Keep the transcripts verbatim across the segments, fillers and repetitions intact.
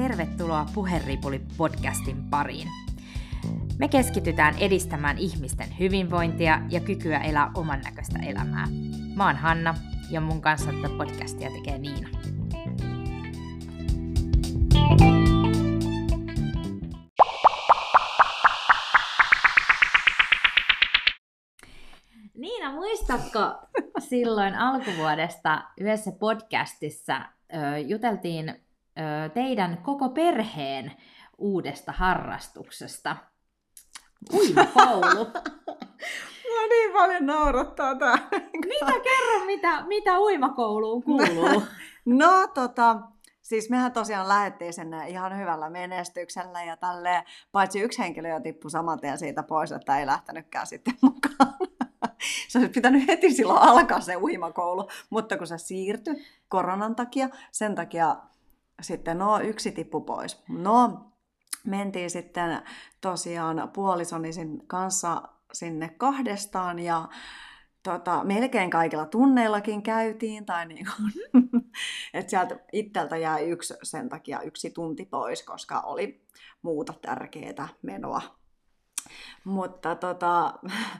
tervetuloa Puheripuli-podcastin pariin. Me keskitytään edistämään ihmisten hyvinvointia ja kykyä elää oman näköistä elämää. Mä oon Hanna ja mun kanssa tätä podcastia tekee Niina. Niina, muistatko silloin alkuvuodesta yhdessä podcastissa ö, juteltiin ö, teidän koko perheen uudesta harrastuksesta? Uimakoulu. Mua niin paljon naurattaa tää. Mitä kerro, mitä, mitä uimakouluun kuuluu? No tota, siis mehän tosiaan lähdettiin sinne ihan hyvällä menestyksellä ja tälleen, paitsi yksi henkilö jo tippui saman tien siitä pois, että ei lähtenytkään sitten mukaan. Se olisi pitänyt heti silloin alkaa se uimakoulu, mutta kun se siirtyi koronan takia, sen takia sitten no yksi tippu pois. No, mentiin sitten tosiaan puolisoni kanssa sinne kahdestaan ja tota, melkein kaikilla tunneillakin käytiin. Tai niin kuin, että sieltä itseltä jäi yksi, sen takia yksi tunti pois, koska oli muuta tärkeää menoa. Mutta tota,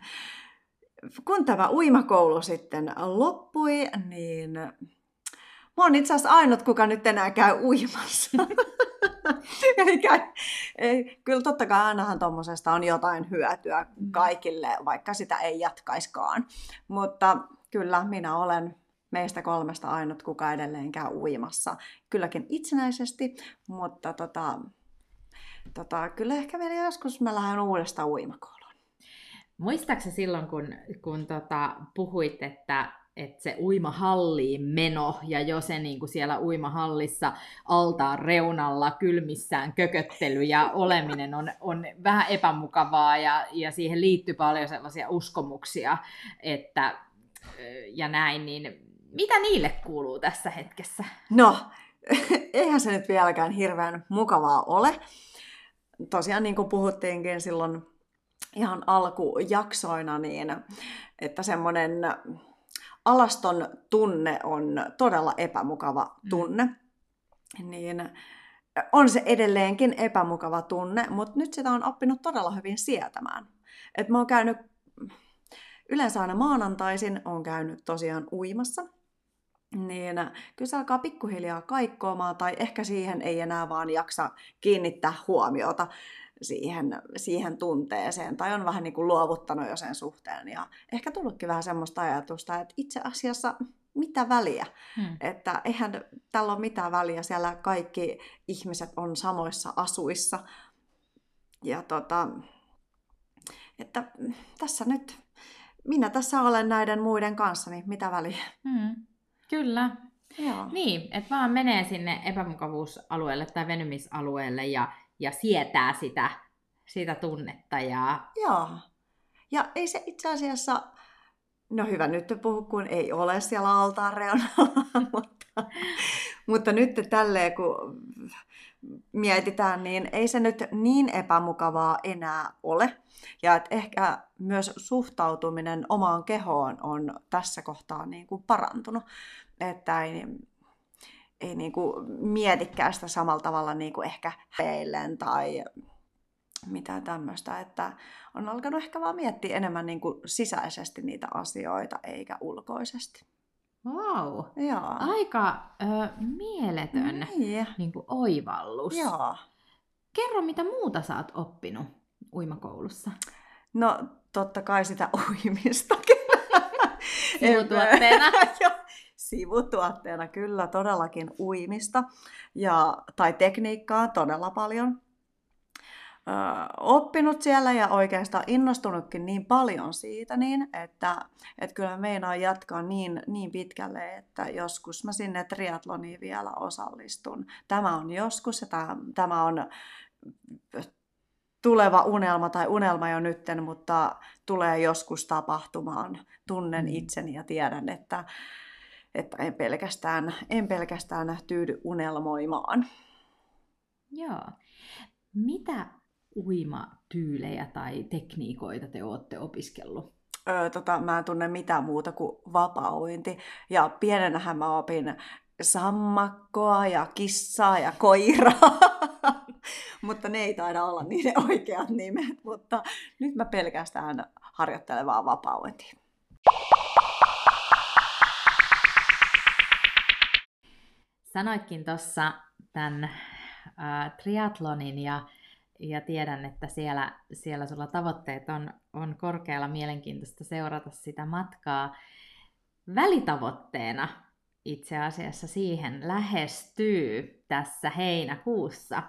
kun tämä uimakoulu sitten loppui, niin mä oon itse asiassa ainut, kuka nyt enää käy uimassa. Eli käy, ei, kyllä totta kai ainahan tuommoisesta on jotain hyötyä kaikille, vaikka sitä ei jatkaiskaan. Mutta kyllä minä olen meistä kolmesta ainut, kuka edelleen käy uimassa. Kylläkin itsenäisesti, mutta tota, tota, kyllä ehkä vielä joskus mä lähden uudestaan uimakouluun. Muistaaksä silloin, kun, kun tota, puhuit, että että se uimahalliin meno ja jo se niin kuin siellä uimahallissa altaan reunalla kylmissään kököttely ja oleminen on, on vähän epämukavaa ja, ja siihen liittyy paljon sellaisia uskomuksia että, ja näin, niin mitä niille kuuluu tässä hetkessä? No, eihän se nyt vieläkään hirveän mukavaa ole. Tosiaan niin kuin puhuttiinkin silloin ihan alkujaksoina, niin että semmoinen alaston tunne on todella epämukava tunne, mm. niin on se edelleenkin epämukava tunne, mutta nyt sitä on oppinut todella hyvin sietämään. Et mä oon käynyt yleensä aina maanantaisin, oon käynyt tosiaan uimassa, niin kyllä se alkaa pikkuhiljaa kaikkoamaan, tai ehkä siihen ei enää vaan jaksa kiinnittää huomiota siihen, siihen tunteeseen, tai on vähän niin kuin luovuttanut jo sen suhteen, ja ehkä tullutkin vähän semmoista ajatusta, että itse asiassa mitä väliä, hmm. että eihän tällä ole mitään väliä, siellä kaikki ihmiset on samoissa asuissa, ja tota, että tässä nyt, minä tässä olen näiden muiden kanssa, niin mitä väliä. Hmm. Kyllä. Joo. Niin, että vaan menee sinne epämukavuusalueelle tai venymisalueelle ja ja sietää sitä, sitä tunnetta. Ja... Joo. Ja ei se itse asiassa, no hyvä nyt puhu, kun ei ole siellä altaan reunalla, mutta, mutta nyt tälleen kun mietitään, niin ei se nyt niin epämukavaa enää ole. Ja että ehkä myös suhtautuminen omaan kehoon on tässä kohtaa niin kuin parantunut, että ei ei niinku mietikään sitä samalla tavalla niinku ehkä eilen tai mitä tämmöistä, että on alkanut ehkä vaan miettiä enemmän niinku sisäisesti niitä asioita eikä ulkoisesti. Wow, Joo. Aika ö, mieletön niin. niinku oivallus. Joo. Kerro, mitä muuta sä oot oppinut uimakoulussa? No totta kai sitä uimistakin. Sivutuotteena. Sivutuotteena kyllä todellakin uimista ja, tai tekniikkaa todella paljon. Ö, oppinut siellä ja oikeastaan innostunutkin niin paljon siitä, niin, että, että kyllä meinaan jatkaa niin, niin pitkälle, että joskus mä sinne triathloniin vielä osallistun. Tämä on joskus ja tämä, tämä on tuleva unelma tai unelma jo nytten, mutta tulee joskus tapahtumaan. Tunnen itseni ja tiedän, että Että en pelkästään, en pelkästään tyydy unelmoimaan. Joo. Mitä uimatyylejä tai tekniikoita te olette opiskellut? Öö, tota, mä en tunne mitään muuta kuin vapaa-uinti. Ja pienenähän mä opin sammakkoa ja kissaa ja koiraa. Mutta ne ei taida olla niiden oikeat nimet, mutta nyt mä pelkästään harjoittelen vaan vapaudentia. Sanoitkin tuossa tämän äh, triathlonin ja, ja tiedän, että siellä, siellä sulla tavoitteet on, on korkealla, mielenkiintoista seurata sitä matkaa. Välitavoitteena itse asiassa siihen lähestyy tässä heinäkuussa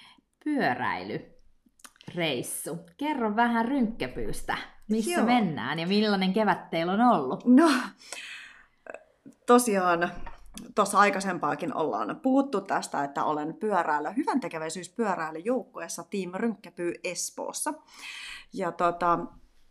pyöräilyreissu. Kerro vähän Rynkkepyystä, missä Joo. mennään ja millainen kevät teillä on ollut? No, tosiaan tuossa aikaisempaakin ollaan puhuttu tästä, että olen pyöräily, hyvän tekeväisyyspyöräilyjoukkueessa Team Rynkkepyy Espoossa. Ja tota,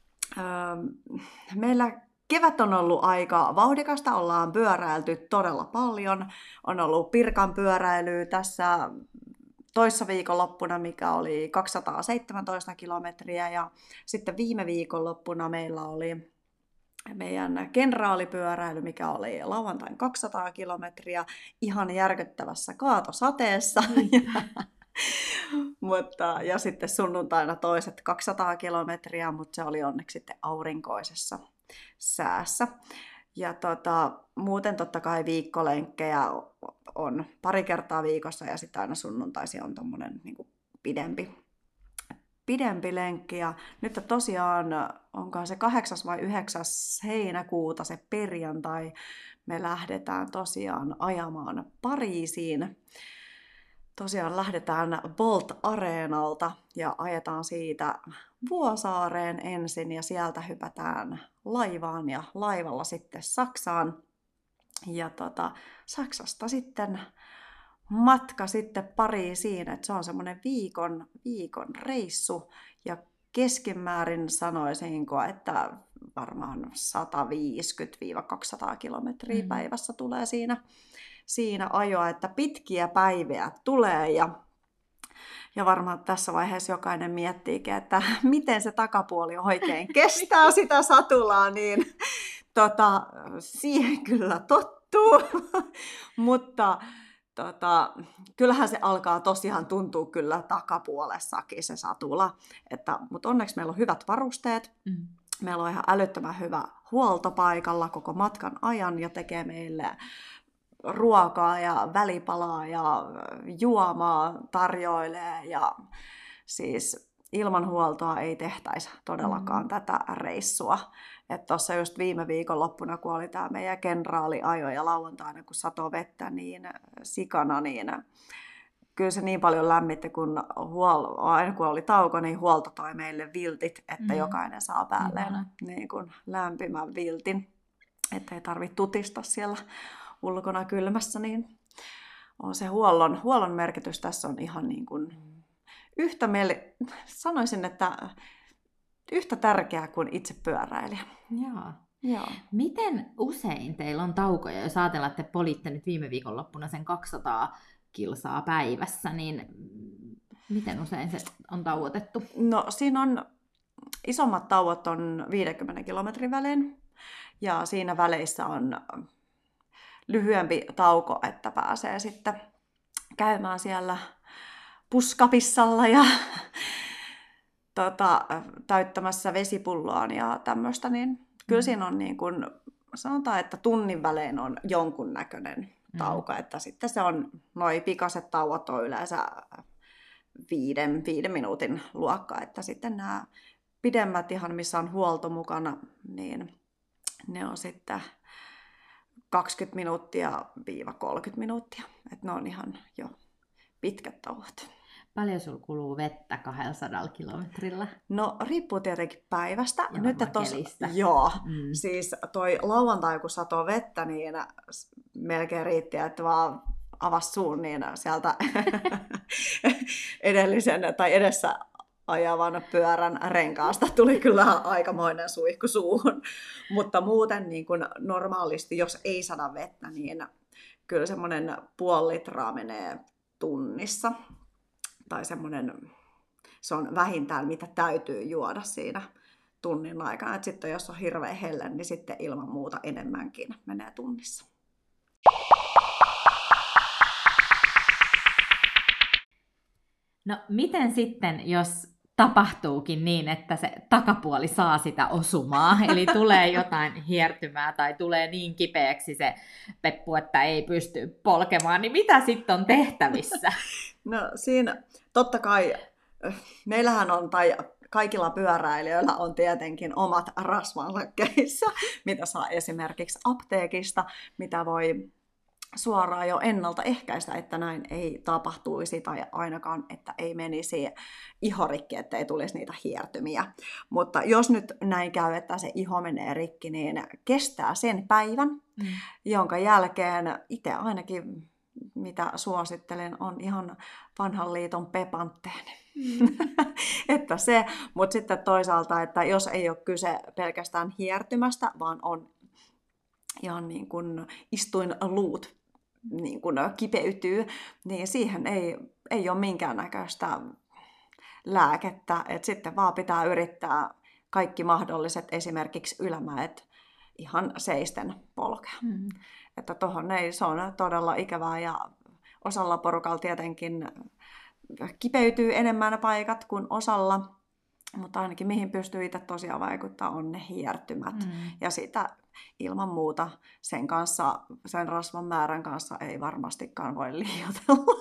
meillä kevät on ollut aika vauhdikasta, ollaan pyöräilty todella paljon. On ollut Pirkan pyöräilyä tässä toissa viikonloppuna, mikä oli kaksisataaseitsemäntoista kilometriä, ja sitten viime viikonloppuna meillä oli meidän kenraalipyöräily, mikä oli lauantain kaksisataa kilometriä, ihan järkyttävässä kaatosateessa. mutta, ja sitten sunnuntaina toiset kaksisataa kilometriä, mutta se oli onneksi sitten aurinkoisessa säässä. Ja tota, muuten totta kai viikkolenkkejä on pari kertaa viikossa ja sitten aina sunnuntaisin on tommonen niin kuin pidempi, pidempi lenkki. Ja nyt tosiaan, onkaan se kahdeksas vai yhdeksäs heinäkuuta se perjantai, me lähdetään tosiaan ajamaan Pariisiin. Tosiaan lähdetään Bolt-areenalta ja ajetaan siitä Vuosaareen ensin ja sieltä hypätään laivaan ja laivalla sitten Saksaan. Ja tota, Saksasta sitten matka sitten Pariisiin, että se on semmoinen viikon, viikon reissu ja keskimäärin sanoisinko, että varmaan sata viisikymmentä kaksisataa kilometriä mm. päivässä tulee siinä. siinä ajoa, että pitkiä päiviä tulee ja, ja varmaan tässä vaiheessa jokainen miettiikin, että miten se takapuoli oikein kestää sitä satulaa, niin tota, siihen kyllä tottuu, mutta tota, kyllähän se alkaa tosiaan tuntua kyllä takapuolessakin se satula, että, mutta onneksi meillä on hyvät varusteet, mm. meillä on ihan älyttömän hyvä huolto paikalla koko matkan ajan ja tekee meille ruokaa ja välipalaa ja juomaa tarjoilee ja siis ilman huoltoa ei tehtäisi todellakaan mm. tätä reissua. Että tuossa just viime viikonloppuna, kun oli tämä meidän kenraaliajo ja lauantaina, kun satoi vettä niin sikana, niin kyllä se niin paljon lämmitti, kun, huol- aina kun oli tauko, niin huolto toi meille viltit, että mm. jokainen saa päälleen mm. niin kuin lämpimän viltin, että ei tarvitse tutista siellä ulkona kylmässä, niin on se huollon, huollon merkitys tässä on ihan niin kuin yhtä meille, sanoisin, että yhtä tärkeää kuin itse pyöräilijä. Joo. Joo. Miten usein teillä on taukoja, jos ajatellaan, että te politte nyt viime viikonloppuna sen kaksisataa kilsaa päivässä, niin miten usein se on tauotettu? No siinä on, isommat tauot on viidenkymmenen kilometrin välein ja siinä väleissä on lyhyempi tauko, että pääsee sitten käymään siellä puskapissalla ja tota, täyttämässä vesipulloaan ja tämmöistä, niin kyllä siinä on niin kuin, sanotaan, että tunnin välein on jonkunnäköinen tauko, mm. että sitten se on, noi pikaiset tauot on yleensä viiden, viiden minuutin luokka, että sitten nämä pidemmät ihan, missä on huolto mukana, niin ne on sitten kaksikymmentä minuuttia viiva kolmekymmentä minuuttia. Että ne on ihan jo pitkät tauot. Paljon sulla kuluu vettä kaksisataa kilometrillä? No riippuu tietenkin päivästä. Ja nyt tos, joo, mm. siis toi lauantai kun satoi vettä, niin melkein riitti, että vaan avasi suun, niin sieltä edellisen tai edessä ajavan pyörän renkaasta tuli kyllä aikamoinen suihku suuhun. Mutta muuten niin kuin normaalisti, jos ei sada vettä, niin kyllä semmoinen puoli litraa menee tunnissa. Tai semmoinen, se on vähintään mitä täytyy juoda siinä tunnin aikana. Et sitten jos on hirveän helle, niin sitten ilman muuta enemmänkin menee tunnissa. No miten sitten, jos tapahtuukin niin, että se takapuoli saa sitä osumaa, eli tulee jotain hiertymää tai tulee niin kipeäksi se peppu, että ei pysty polkemaan, niin mitä sitten on tehtävissä? No siinä totta kai meillähän on, tai kaikilla pyöräilijöillä on tietenkin omat rasvansa käsissä, mitä saa esimerkiksi apteekista, mitä voi suoraan jo ennaltaehkäistä, että näin ei tapahtuisi tai ainakaan, että ei menisi iho rikki, että ei tulisi niitä hiertymiä. Mutta jos nyt näin käy, että se iho menee rikki, niin kestää sen päivän, mm. jonka jälkeen itse ainakin, mitä suosittelen, on ihan vanhan liiton Pepantteen. Mm. että se, mutta sitten toisaalta, että jos ei ole kyse pelkästään hiertymästä, vaan on ihan niin kuin istuinluut niin kuin kipeytyy, niin siihen ei, ei ole minkäännäköistä lääkettä. Et sitten vaan pitää yrittää kaikki mahdolliset, esimerkiksi ylämäet, ihan seisten polkea. Mm. Että tohon ei, se on todella ikävää ja osalla porukalla tietenkin kipeytyy enemmän paikat kuin osalla, mutta ainakin mihin pystyy itse tosiaan vaikuttaa on ne hiertymät. Mm. Ja sitä ilman muuta sen kanssa, sen rasvan määrän kanssa ei varmastikaan voi liioitella.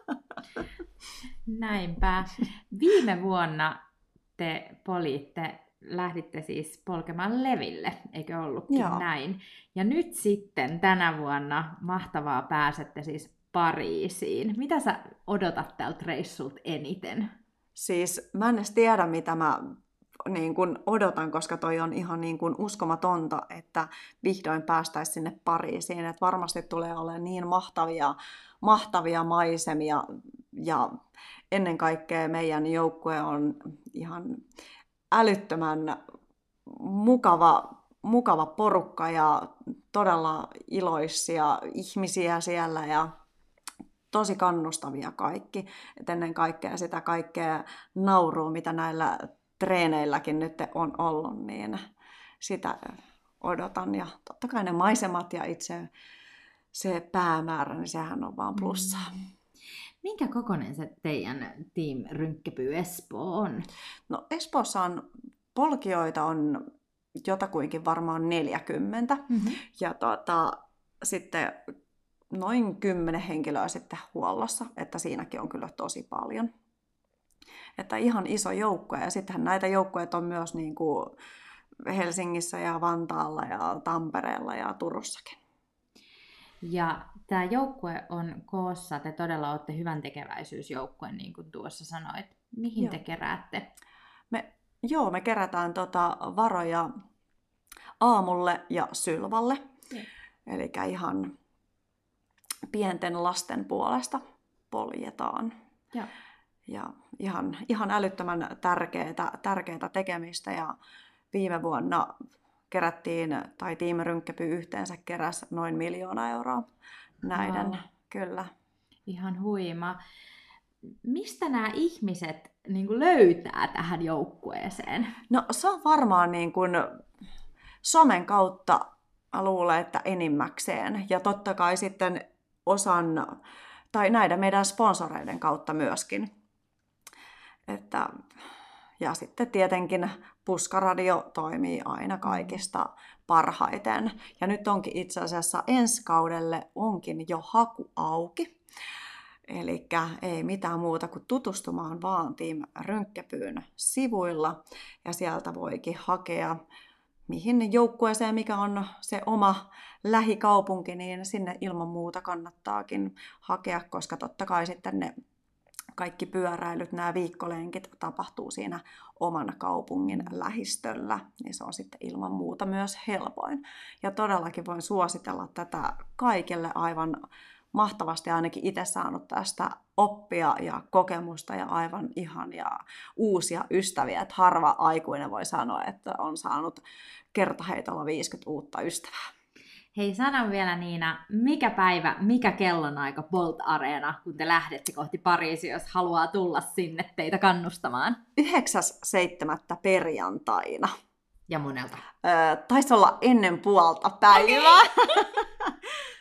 Näinpä. Viime vuonna te poliitte, lähditte siis polkemaan leville, eikö ollutkin Joo. näin? Ja nyt sitten tänä vuonna mahtavaa pääsette siis Pariisiin. Mitä sä odotat tältä reissulta eniten? Siis mä en edes tiedä, mitä mä niin kun odotan, koska toi on ihan niin kun uskomatonta, että vihdoin päästäisiin sinne Pariisiin. Et varmasti tulee olemaan niin mahtavia, mahtavia maisemia ja ennen kaikkea meidän joukkue on ihan älyttömän mukava, mukava porukka ja todella iloisia ihmisiä siellä ja tosi kannustavia kaikki. Et ennen kaikkea sitä kaikkea naurua, mitä näillä treeneilläkin nyt on ollut, niin sitä odotan. Ja totta kai ne maisemat ja itse se päämäärä, niin sehän on vaan plussaa. Minkä kokoinen se teidän Team Rynkkäpyy Espoo on? No Espoossa on polkijoita on jotakuinkin varmaan neljäkymmentä. Mm-hmm. Ja tota, sitten noin kymmenen henkilöä sitten huollossa, että siinäkin on kyllä tosi paljon. Että ihan iso joukko, ja sittenhän näitä joukkoja on myös niin kuin Helsingissä ja Vantaalla ja Tampereella ja Turussakin. Ja tämä joukkue on koossa, te todella olette hyvän tekeväisyysjoukkue, niin kuin tuossa sanoit. Mihin joo. te keräätte? Me, joo, me kerätään tota varoja Aamulle ja Sylvalle. Eli ihan pienten lasten puolesta poljetaan. Ja, ja ihan, ihan älyttömän tärkeää, tärkeää tekemistä. Ja viime vuonna kerättiin, tai Team Rynkkäpyy yhteensä keräsi noin miljoona euroa näiden, wow. kyllä. Ihan huima. Mistä nämä ihmiset niin kuin löytää tähän joukkueeseen? No se on varmaan niin kuin somen kautta, luulen, että enimmäkseen. Ja totta kai sitten osan, tai näiden meidän sponsoreiden kautta myöskin. Että, ja sitten tietenkin Puskaradio toimii aina kaikista parhaiten. Ja nyt onkin itse asiassa ensi kaudelle onkin jo haku auki. Eli ei mitään muuta kuin tutustumaan vaan Team Rynkkäpyyn sivuilla. Ja sieltä voikin hakea mihin joukkueeseen, mikä on se oma lähikaupunki, niin sinne ilman muuta kannattaakin hakea, koska totta kai sitten ne kaikki pyöräilyt, nämä viikkolenkit tapahtuu siinä oman kaupungin lähistöllä, niin se on sitten ilman muuta myös helpoin. Ja todellakin voin suositella tätä kaikille aivan mahtavasti, ainakin itse saanut tästä oppia ja kokemusta ja aivan ihania uusia ystäviä. Että harva aikuinen voi sanoa, että on saanut kertaheitolla viisikymmentä uutta ystävää. Hei, sano vielä Niina, mikä päivä, mikä kellonaika Bolt Areena, kun te lähdette kohti Pariisia, jos haluaa tulla sinne teitä kannustamaan? yhdeksäs seitsemättä perjantaina. Ja monelta? Öö, taisi olla ennen puolta päivää. Okay.